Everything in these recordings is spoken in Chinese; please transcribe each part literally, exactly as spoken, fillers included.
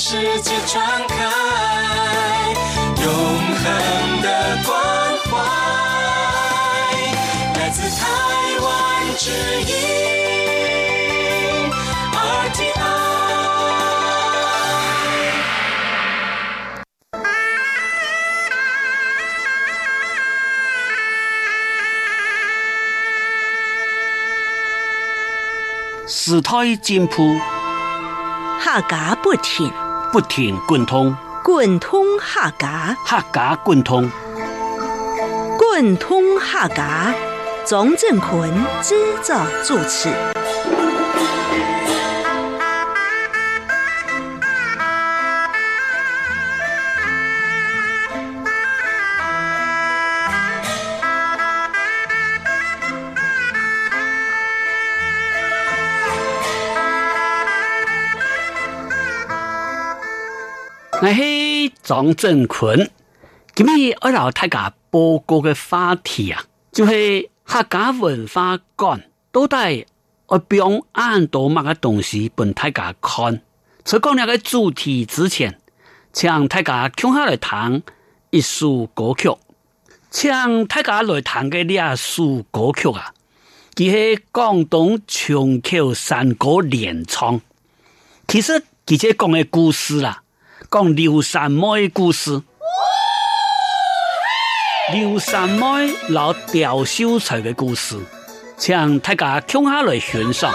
世界传开永恒的关怀，来自台湾之音 R T I。 时代进步， 客家不停， 不停贯通， 贯通客家， 客家贯通， 贯通客家。庄正坤制作主持。 我是庄正坤，今日我老大家报告的话题啊，就是客家文化館到底我不用按多乜嘅東西俾大家看。在講呢個主題之前，請大家聽下來聽一首歌曲，請大家來聽嘅呢一首歌曲啊，佢係廣東長口山歌聯唱，其實佢即係講嘅故事啦。講劉三妹故事，劉三妹老刁秀才嘅故事，請大家聽下來欣賞。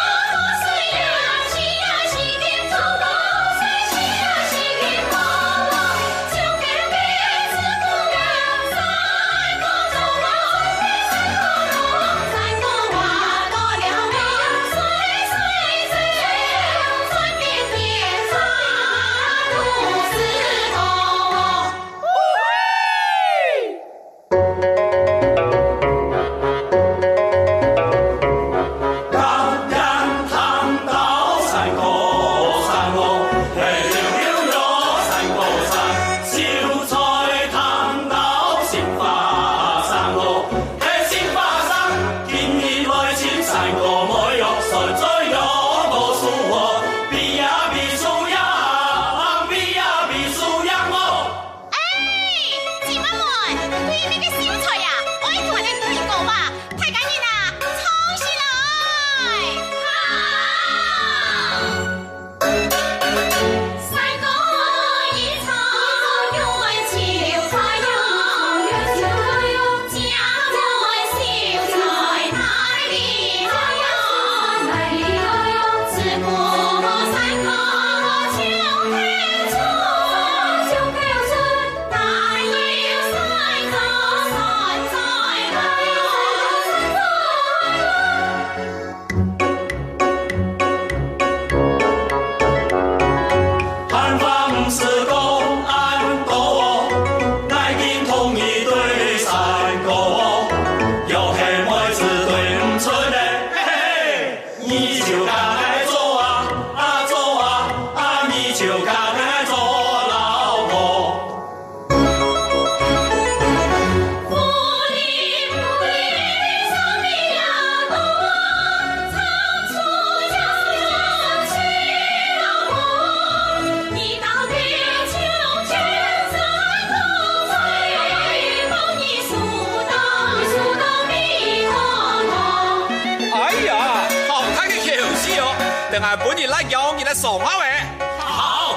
等下本日来用你的手马尾。好。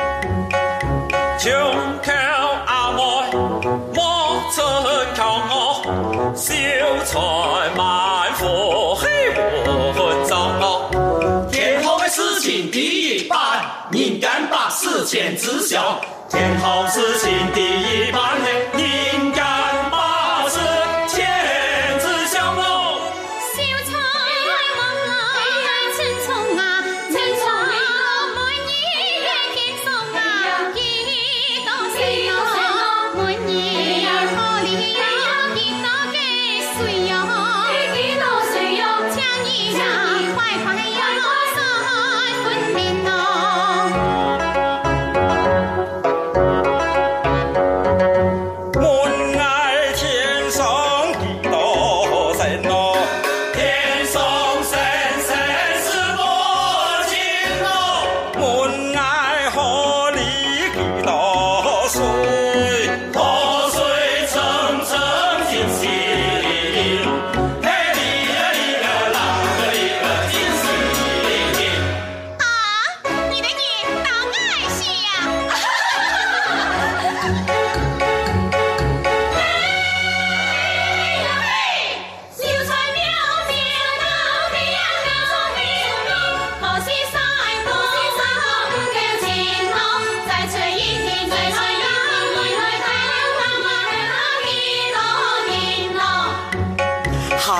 胸口阿妹莫曾靠我，小才满腹黑文章哦。天后的事情第一办，人干把事情知晓。天后事情第一办，人干把事情知晓哦。我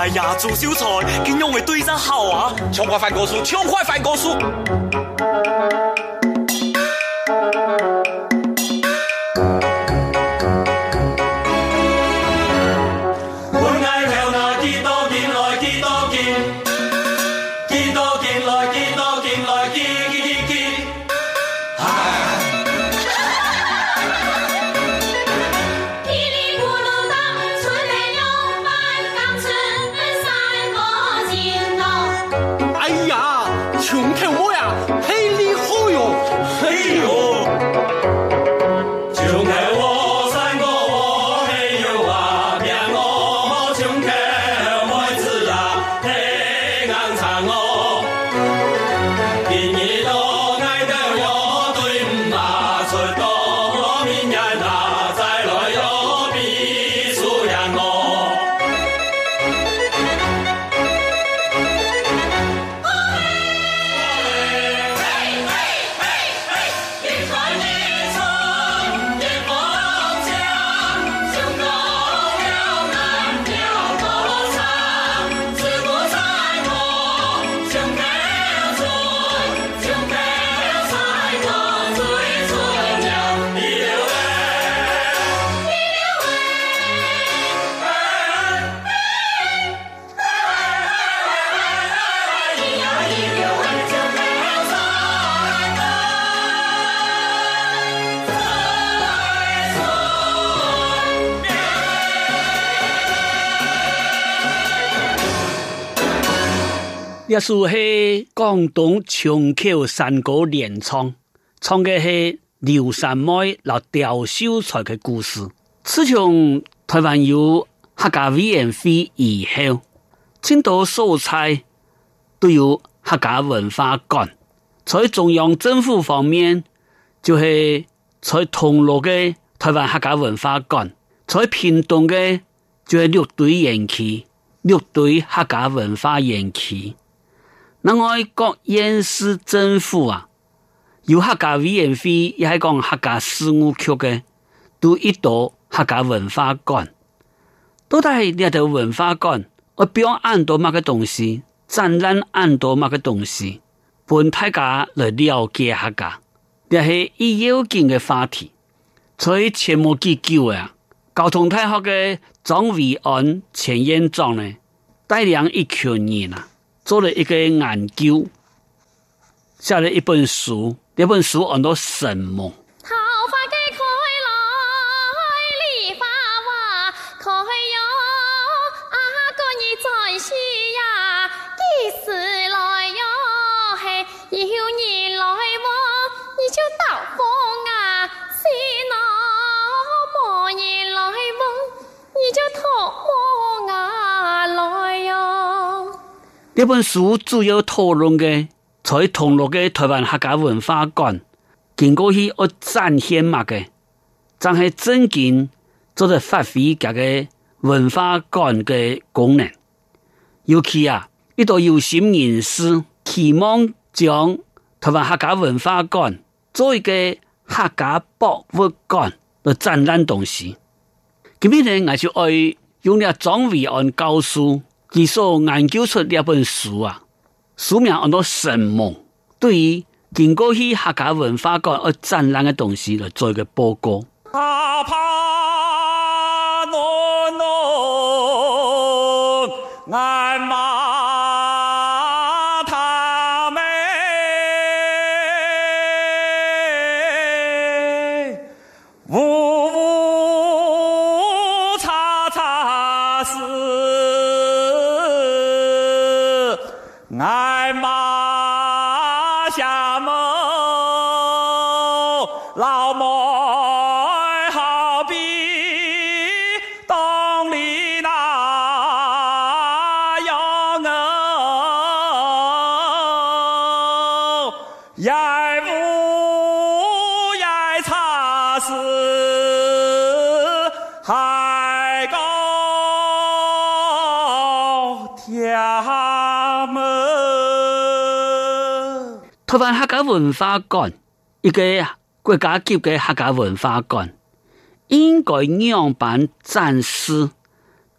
哎呀，朱秀才，今用嘅對得好啊！ 窮快翻過書，窮快翻過書。 本愛跳那幾多見來幾多見，幾多見來幾多見來幾幾幾幾。 也是係廣東松口山歌聯唱，唱嘅係劉三妹和刁秀才嘅故事。自從台灣有客家委員會以後，青島所在都有客家文化館。在中央政府方面，就係在銅鑼嘅台灣客家文化館；在屏東嘅就係綠堆園區、綠堆客家文化園區。另外各縣市政府啊，有客家委員會，也係講客家事務局嘅，都一到客家文化館。到底係呢條文化館，我表演到乜嘅東西，展覽按到乜嘅東西，本大家來了解客家，也係一要緊嘅話題。所以前冇幾久啊，交通大學嘅張維安前院長呢，帶領一群人啊，做了一個研究，寫了一本書，呢本書叫做《神夢》。呢本書主要討論嘅，在銅鑼嘅台灣客家文化館，經過去我展現嘛嘅，就係正經做咗發揮佢嘅文化館嘅功能。尤其啊，呢度有心人士期望將台灣客家文化館做一個客家博物館嚟展覽東西。咁樣呢，我就愛用咗張維安教授佢所研究出呢本書啊，書名叫做《神夢》，對於經過去客家文化館而展覽嘅東西嚟做一個報告。 啊怕喏喏，俺罵他們，嗚嗚叉叉是。愛馬下夢，老妹好比東里那樣哦，也無也差是海高天。 台灣客家文化館，一個國家級嘅客家文化館，應該樣板展示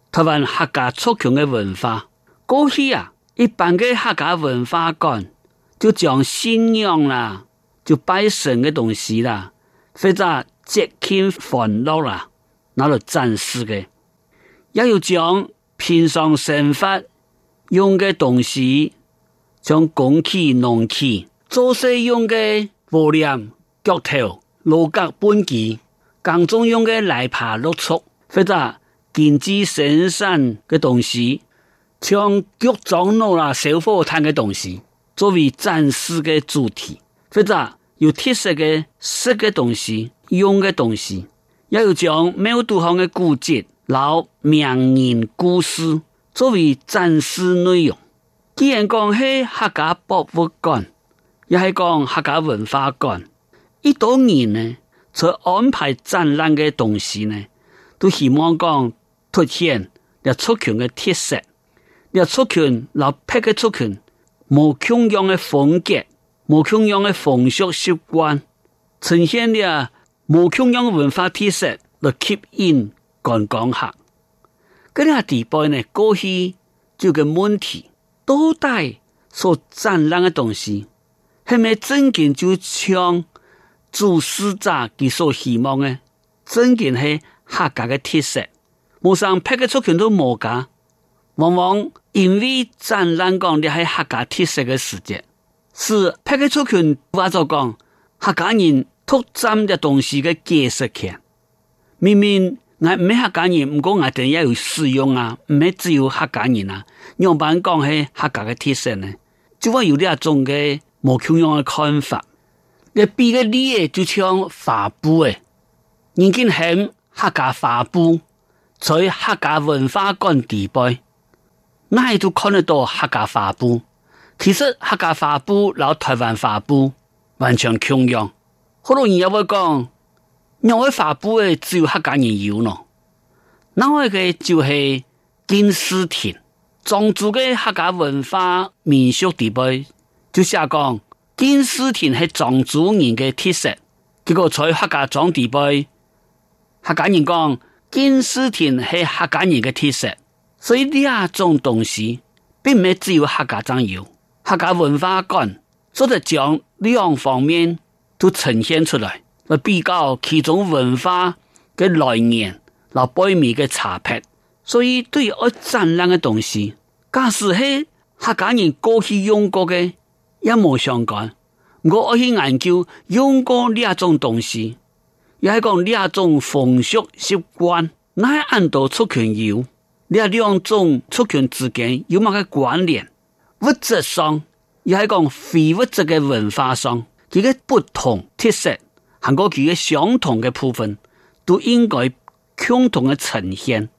台灣客家族群嘅文化。過去啊，一般嘅客家文化館就講信仰啦，就拜神嘅東西啦，或者節慶歡樂啦，拿嚟展示嘅。也有講平常生活用嘅東西，像公器、農器，做事用嘅磨鐮、腳頭、鑼角、本機，耕種用嘅來耙、落鋤，或者經濟生產嘅東西，像腳裝路啦、小火炭嘅東西，作為展示嘅主題，或者有特色嘅食嘅東西、用嘅東西，也有將廟都行嘅古蹟、老名人故事作為展示內容。既然講係客家博物館，也係講客家文化館，一多年呢，在安排展覽嘅東西呢，都希望講凸顯你族群嘅特色，你族群老撇嘅族群冇共樣嘅風格，冇共樣嘅風俗習慣，呈現了冇共樣嘅文化特色來吸引觀光客。嗰啲地方呢，過去就個問題，到底所展覽嘅東西係咪真正就像主事者佢所希望嘅，真正係客家嘅特色？冇上撇嘅族群都冇噶，往往因為展覽講你係客家特色嘅時節，是撇嘅族群話就講客家人獨佔嘅東西嘅解釋權。明明我唔係客家人，唔過我哋也有使用啊，唔係只有客家人啊。樣板講係客家嘅特色呢，就話有呢一種嘅冇共樣嘅看法。你比個例就像花布誒，已經係客家花布，在客家文化館地背，我都看得到客家花布。其實客家花布同台灣花布完全共樣。好多人也會講，因為花布誒只有客家人有咯。那我嘅就係金絲亭，莊主嘅客家文化民俗地背，就寫講金絲亭係莊主人嘅特色。結果在客家莊地背，客家人講金絲亭係客家人嘅特色。所以呢一種東西並唔係只有客家莊有，客家文化館做得將兩方面都呈現出來，來比較其中文化嘅來源，來背面嘅差別。所以對於我展覽嘅東西，假使係客家人過去用過嘅，也冇相干。我去研究用過呢一種東西，也係講呢一種風俗習慣，那係按到族群有。呢兩種族群之間有乜嘅關聯？物質上，也係講非物質嘅文化上，佢嘅不同特色，韓國佢嘅相同嘅部分，都應該共同嘅呈現。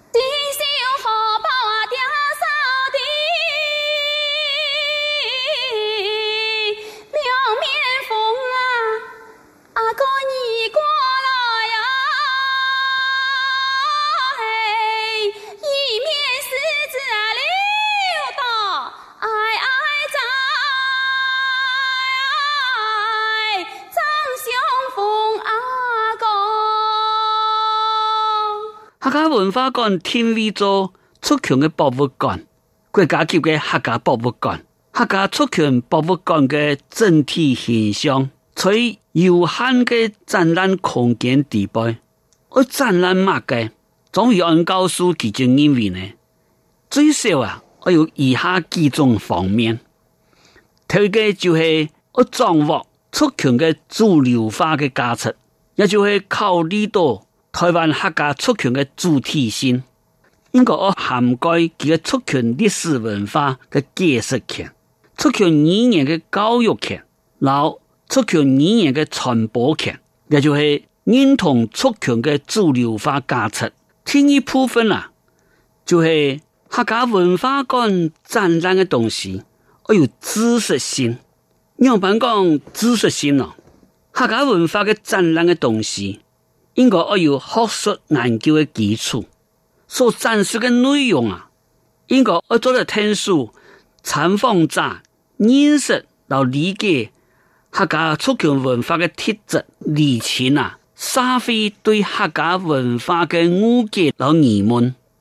客家文化館定位做族群嘅博物館，國家級嘅客家博物館。客家族群博物館嘅整體形象，在有限嘅展覽空間地背，而展覽乜嘅，總會按告訴其中認為呢，最少啊，我有以下幾種方面。第一個就係我掌握族群嘅主流化嘅價值，也就係考慮到台灣客家族群嘅主體性，應該我涵蓋佢嘅族群歷史文化嘅解釋權、族群語言嘅教育權，然後族群語言嘅傳播權，也就係認同族群嘅主流化價值。第二部分啊，就係客家文化館展覽嘅東西，我有知識性。樣板講知識性咯，客家文化嘅展覽嘅東西，應該我有學術研究嘅基礎，所展示嘅內容啊，應該我做得聽書參訪者認識到理解客家族群文化嘅特質，理清啊社會對客家文化嘅誤解和疑問，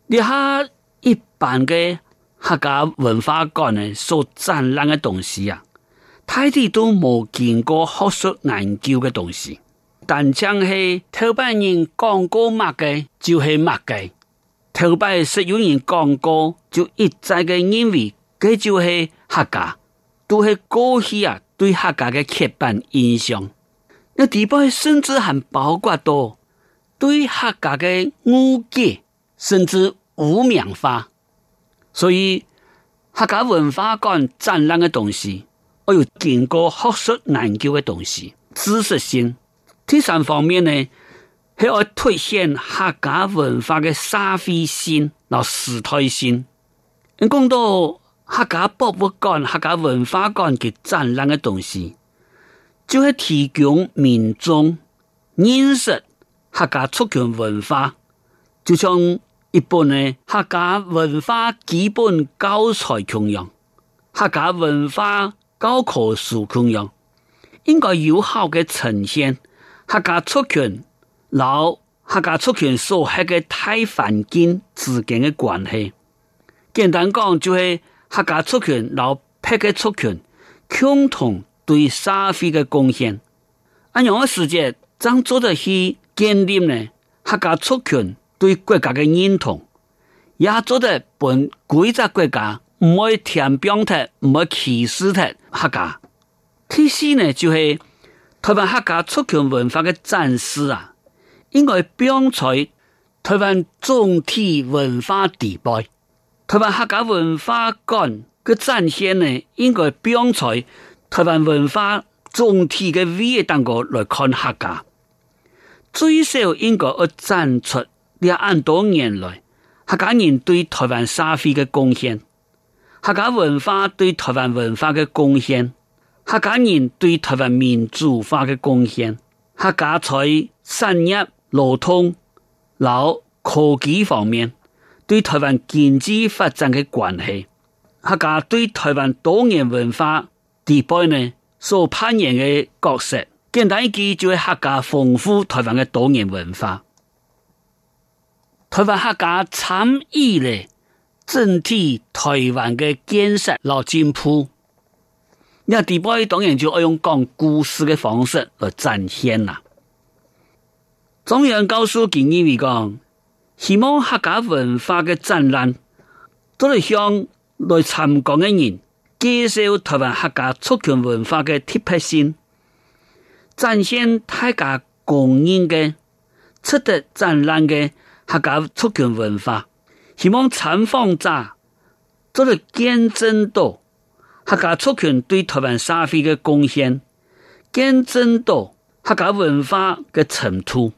你下一般的客家文化館呢所展覽嘅東西啊，大抵都冇經過學術研究嘅東西，但像係頭擺人講過乜嘅就係乜嘅，頭擺實有人講過就一再嘅認為佢就係客家，都係過去啊對客家嘅刻板印象。那地擺甚至還包括到對客家嘅誤解，甚至污名化。所以客家文化館展覽嘅東西，我有經過學術研究嘅東西，知識性。第三方面呢，係要凸顯客家文化嘅社會性、和時代性。講到客家博物館、客家文化館嘅展覽嘅東西，就係提供民眾認識客家族群文化，就像一本呢客家文化基本教材同樣，客家文化教科書同樣，應該有效嘅呈現客家族群老客家族群所喺嘅大環境之間嘅關係。簡單講，就係客家族群老別嘅族群共同對社會嘅貢獻。按樣嘅時節，將做得去建立呢客家族群對國家嘅認同，也做得本規則國家唔會填表特，唔會歧視特客家。其次呢，就係、是、台灣客家族群文化嘅展示啊，應該標在台灣總體文化地位。台灣客家文化館嘅展現呢，應該標在台灣文化總體嘅位當個來看客家。最少應該要展出兩萬多年來客家人對台灣社會嘅貢獻，客家文化對台灣文化嘅貢獻，客家人對台灣民主化嘅貢獻，客家在產業、勞動、勞科技方面對台灣經濟發展嘅關係，客家對台灣多元文化地位呢所扮演嘅角色。簡單一句就係客家豐富台灣嘅多元文化。台灣客家參與了整體台灣嘅建設和進步。那地位當然就要用講故事嘅方式來展現啦。中央告訴建議為講，希望客家文化嘅展覽都係向來參觀嘅人介紹台灣客家族群文化嘅特別性，展現大家公認嘅值得展覽嘅客家族群文化，希望參訪者做嚟見證到客家族群對台灣社會嘅貢獻，見證到客家文化嘅程度。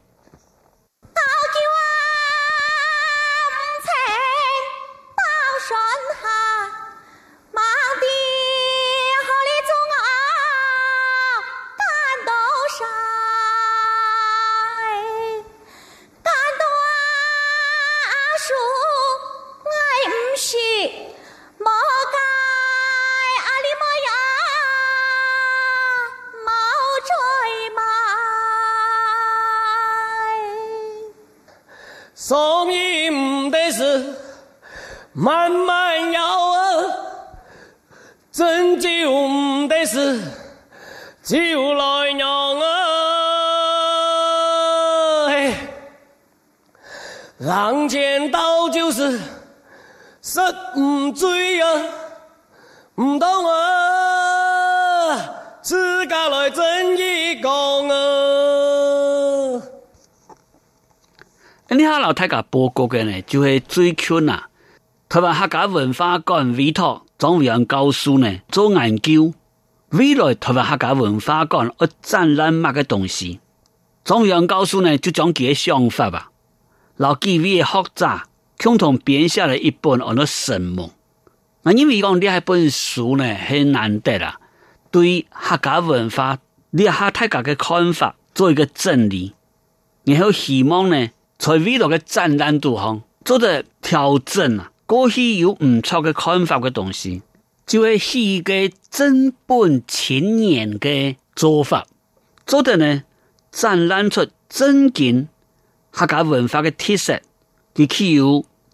送饮的是慢慢摇啊，斟酒的是酒來釀啊，人間道就是食唔醉啊，唔懂啊，自家來真意講啊。 你下老太家報告嘅呢，就係最近啊，台灣客家文化館委託中央教授呢做研究，未來台灣客家文化館要展覽乜嘅東西，中央教授呢就將佢嘅想法吧，老幾位學者共同編下了一本叫做《神夢》。那因為講呢一本書呢係難得啦，對客家文化呢下大家嘅看法做一個整理，然後希望呢。在未來嘅展覽度上做得調整啊，過去有唔錯嘅看法嘅東西，就係是一個正本清源嘅做法，做得呢展覽出真正客家文化嘅特色，佢具有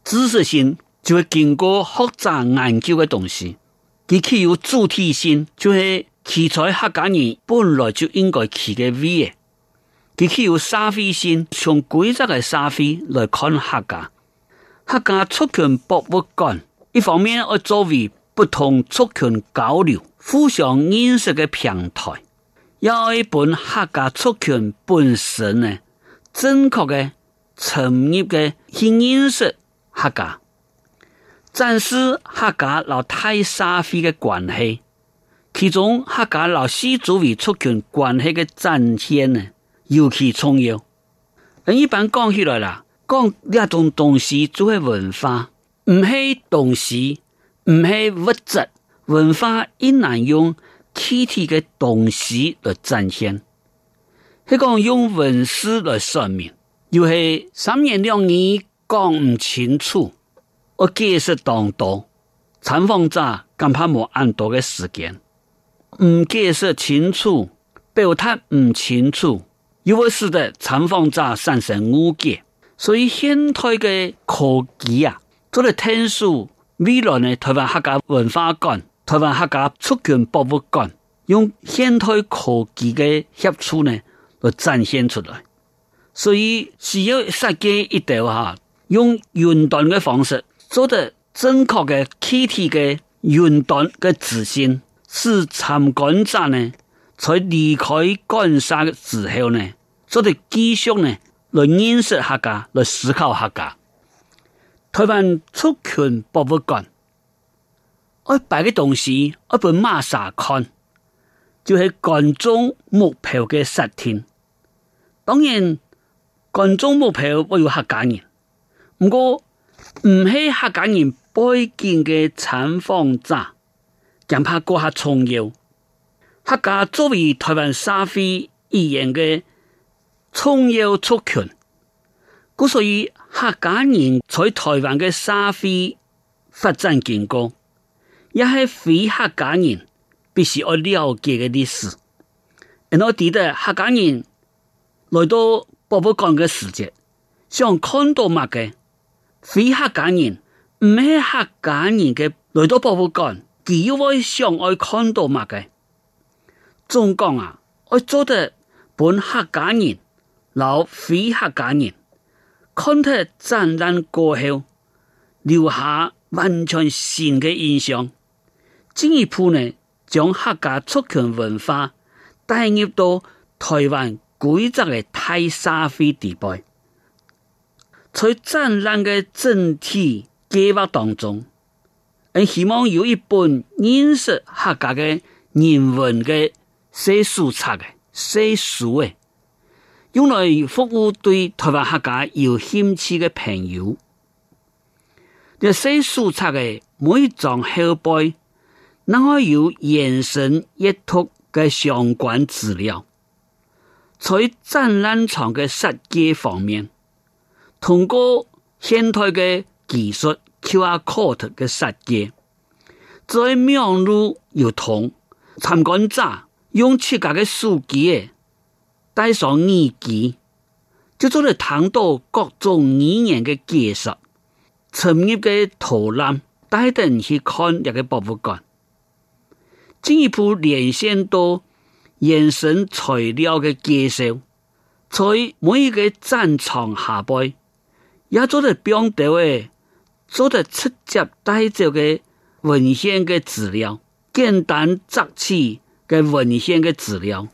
知識性就會經過學者研究嘅東西，佢具有主體性，就係記載客家人本來就應該記嘅位嘅。佢具有社會性，從規則嘅社會來看客家。客家族群博物館一方面要作為不同族群交流、互相認識嘅平台，要一本客家族群本身呢正確嘅、深入嘅去認識客家，展示客家老大社會嘅關係，其中客家老氏族為族群關係嘅展現呢尤其重要。一般講起來啦，講呢種東西就係文化，唔係東西，唔係物質。文化亦難用具體嘅東西來展現，係講用文字來說明，又係三言兩語講唔清楚，我解釋當多，參訪者恐怕冇咁多嘅時間，唔解釋清楚，表達唔清楚，又會使得參訪者產生誤解。所以現代嘅科技啊，做嚟聽書，未來呢台灣客家文化館、台灣客家族群博物館用現代科技嘅協助呢，來展現出來。所以需要設計一條哈，用雲端嘅方式做得正確嘅具體嘅雲端嘅資訊，使參觀者呢在離開觀賞之後呢，做得繼續呢來認識客家，來思考客家。台灣族群博物館。我擺嘅東西，一本馬沙看，就係觀眾目標嘅實體。當然，觀眾目標我有客家人，不過唔係客家人背景嘅參訪者，更怕過下重要。客家作為台灣社會語言嘅重要族群，故所以客家人在台灣嘅社會發展經過。也係非客家人必須要了解嘅歷史。而我記得客家人來到博物館嘅時節，想看到乜嘅非客家人唔係客家人嘅來到博物館，佢又會想愛看到乜嘅。總講啊，我做得本客家人，老非客家人看得展覽過後，留下完全新嘅印象。進一步呢，將客家族群文化帶入到台灣規則嘅大社會地位。在展覽嘅整體計劃當中，我希望有一本認識客家嘅人文嘅寫書冊嘅寫書嘅，用來服務對台灣客家有興趣嘅朋友。呢寫書冊嘅每一張後背，然後有延伸閱讀嘅相關資料，在展覽場嘅設計方面，通過現代嘅技術 Q R code 嘅設計，在網絡有通，參觀者用自家嘅手機帶上耳機，就做嚟聽到各種語言嘅解說，深入嘅導覽，帶人去看一個博物館。進一步連線到延伸材料嘅介紹，在每一個展場下背，也做得標到嘅，做得直接帶走嘅文獻嘅資料，簡單摘取嘅文獻嘅資料。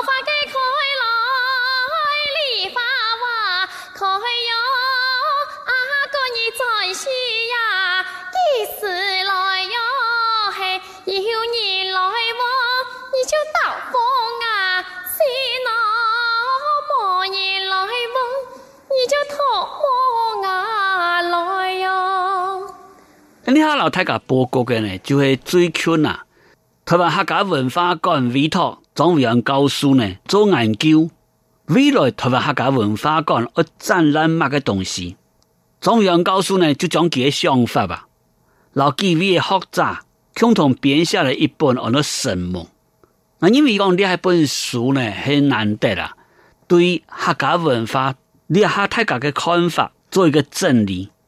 呢下老太家報告嘅呢，就係最近啊，台灣客家文化館委託莊偉陽教授呢做研究，未來台灣客家文化館要展覽乜嘅東西，莊偉陽教授呢就將佢嘅想法吧，老幾位學者共同編下了一本叫做《神夢》。啊，因為講呢一本書呢係難得啦，對客家文化呢下大家嘅看法做一個整理。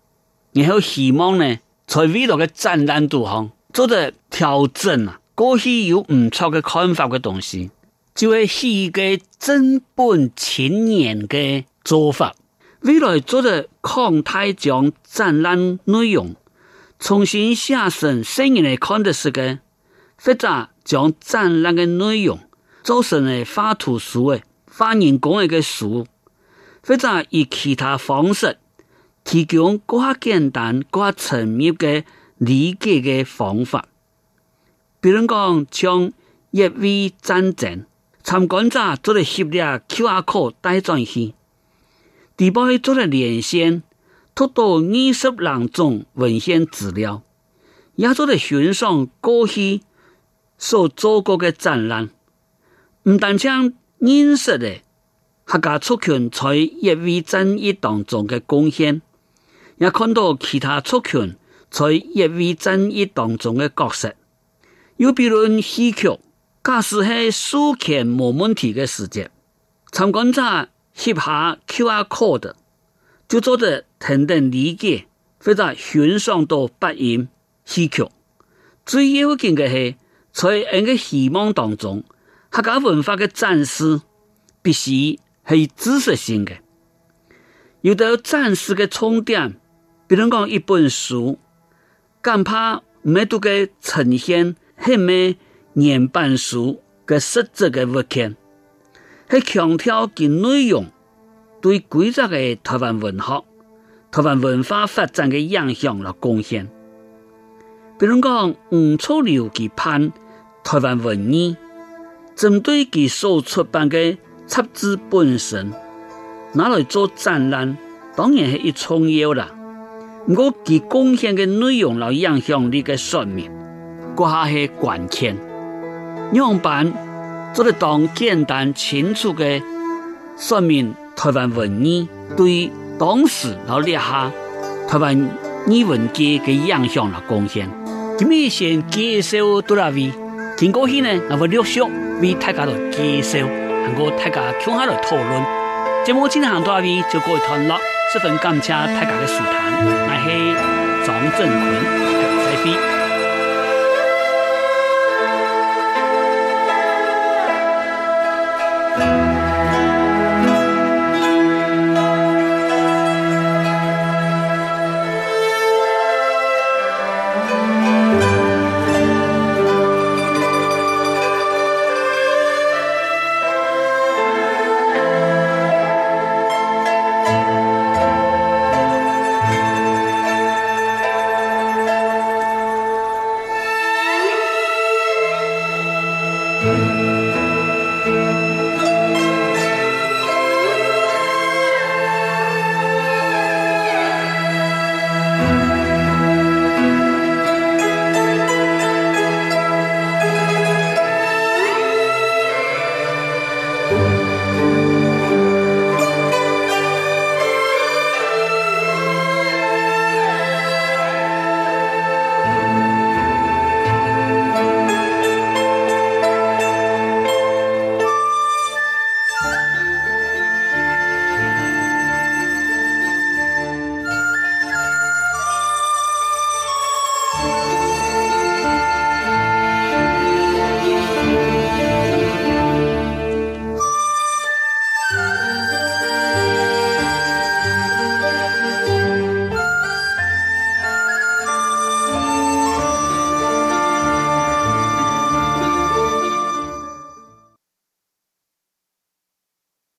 然後希望呢在未來嘅展覽度上做得調整啊，過去有唔錯嘅看法嘅東西，就係戲嘅正本清源嘅做法。未來做得擴大將展覽內容重新寫成新人嚟看的時嘅，或者將展覽嘅內容做成嘅畫圖書嘅、畫人工嘅書，或者以其他方式提供更加簡單、更加層面嘅理解嘅方法。比如講，像越位戰爭，參觀者做了翕了 Q R code 帶轉去，第二做了連線，讀到二十兩種文獻資料，也做了欣賞過去所做過嘅展覽，唔單將認識的客家族群在越位戰役當中嘅貢獻，也看到其他族群在越位戰役當中嘅角色。又比如戲曲，假使係授權冇問題嘅時節，參觀者翕下 Q R code 就做得平等理解，或者欣賞到八音戲曲。最要緊嘅係在一個希望當中，客家文化嘅展示必須係知識性嘅，有得展示嘅重點，比如講一本書，敢怕唔係都嘅呈現係咩原版書嘅實質嘅物件，係強調其內容對規則嘅台灣文學、台灣文化發展嘅影響和貢獻。比如講吳楚留其判台灣文意，針對其所出版嘅雜誌本身拿來做展覽，當然係一重要啦。不過其貢獻嘅內容和影響力嘅說明，嗰下係關鍵。樣板做得當簡單清楚嘅說明台灣文意對當時和列下台灣語文界嘅影響和貢獻。今日先介紹到哪位，經過去呢，我會陸續為大家來介紹，還有大家共下來討論。節目進行到哪位就過一段落，十分感謝大家嘅收聽，我係張振坤，再會。